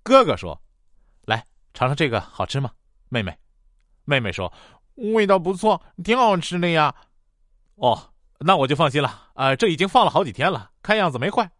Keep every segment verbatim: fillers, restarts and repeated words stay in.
哥哥说：“来，尝尝这个，好吃吗？”妹妹，妹妹说：“味道不错，挺好吃的呀。”哦，那我就放心了啊、呃，这已经放了好几天了，看样子没坏。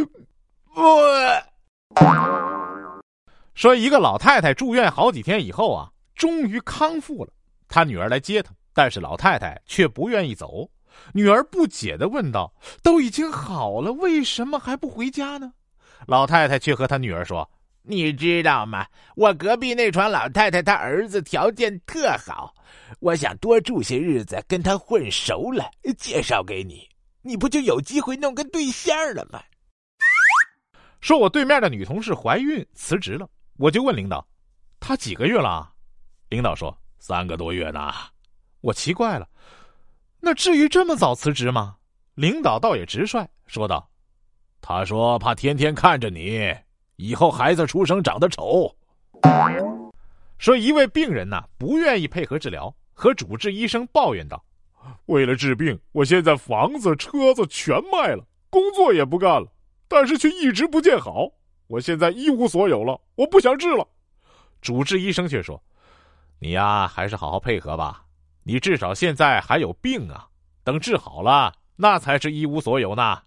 说一个老太太住院好几天以后啊，终于康复了，她女儿来接她，但是老太太却不愿意走。女儿不解地问道：“都已经好了，为什么还不回家呢？”老太太却和她女儿说：“你知道吗？我隔壁那床老太太她儿子条件特好，我想多住些日子，跟他混熟了，介绍给你，你不就有机会弄个对象了吗？”说我对面的女同事怀孕辞职了，我就问领导：“她几个月了啊？”领导说：“三个多月呢。”我奇怪了，那至于这么早辞职吗？领导倒也直率，说道：“他说怕天天看着你，以后孩子出生长得丑。”说一位病人呢，不愿意配合治疗，和主治医生抱怨道：“为了治病，我现在房子车子全卖了，工作也不干了，但是却一直不见好，我现在一无所有了，我不想治了。”主治医生却说：“你呀，还是好好配合吧，你至少现在还有病啊，等治好了，那才是一无所有呢。”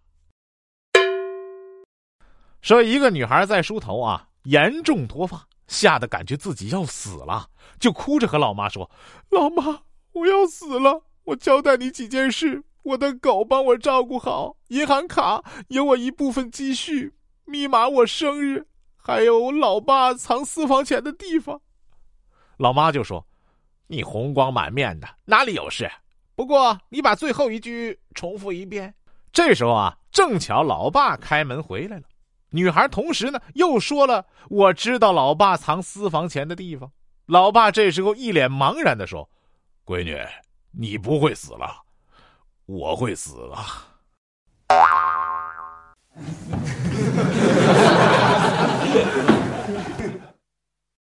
说一个女孩在梳头啊，严重脱发，吓得感觉自己要死了，就哭着和老妈说：“老妈，我要死了，我交代你几件事，我的狗帮我照顾好，银行卡有我一部分积蓄，密码我生日，还有老爸藏私房钱的地方。”老妈就说：“你红光满面的，哪里有事？不过你把最后一句重复一遍。”这时候啊，正巧老爸开门回来了，女孩同时呢又说了：“我知道老爸藏私房钱的地方。”老爸这时候一脸茫然地说：“闺女，你不会死了，我会死了。”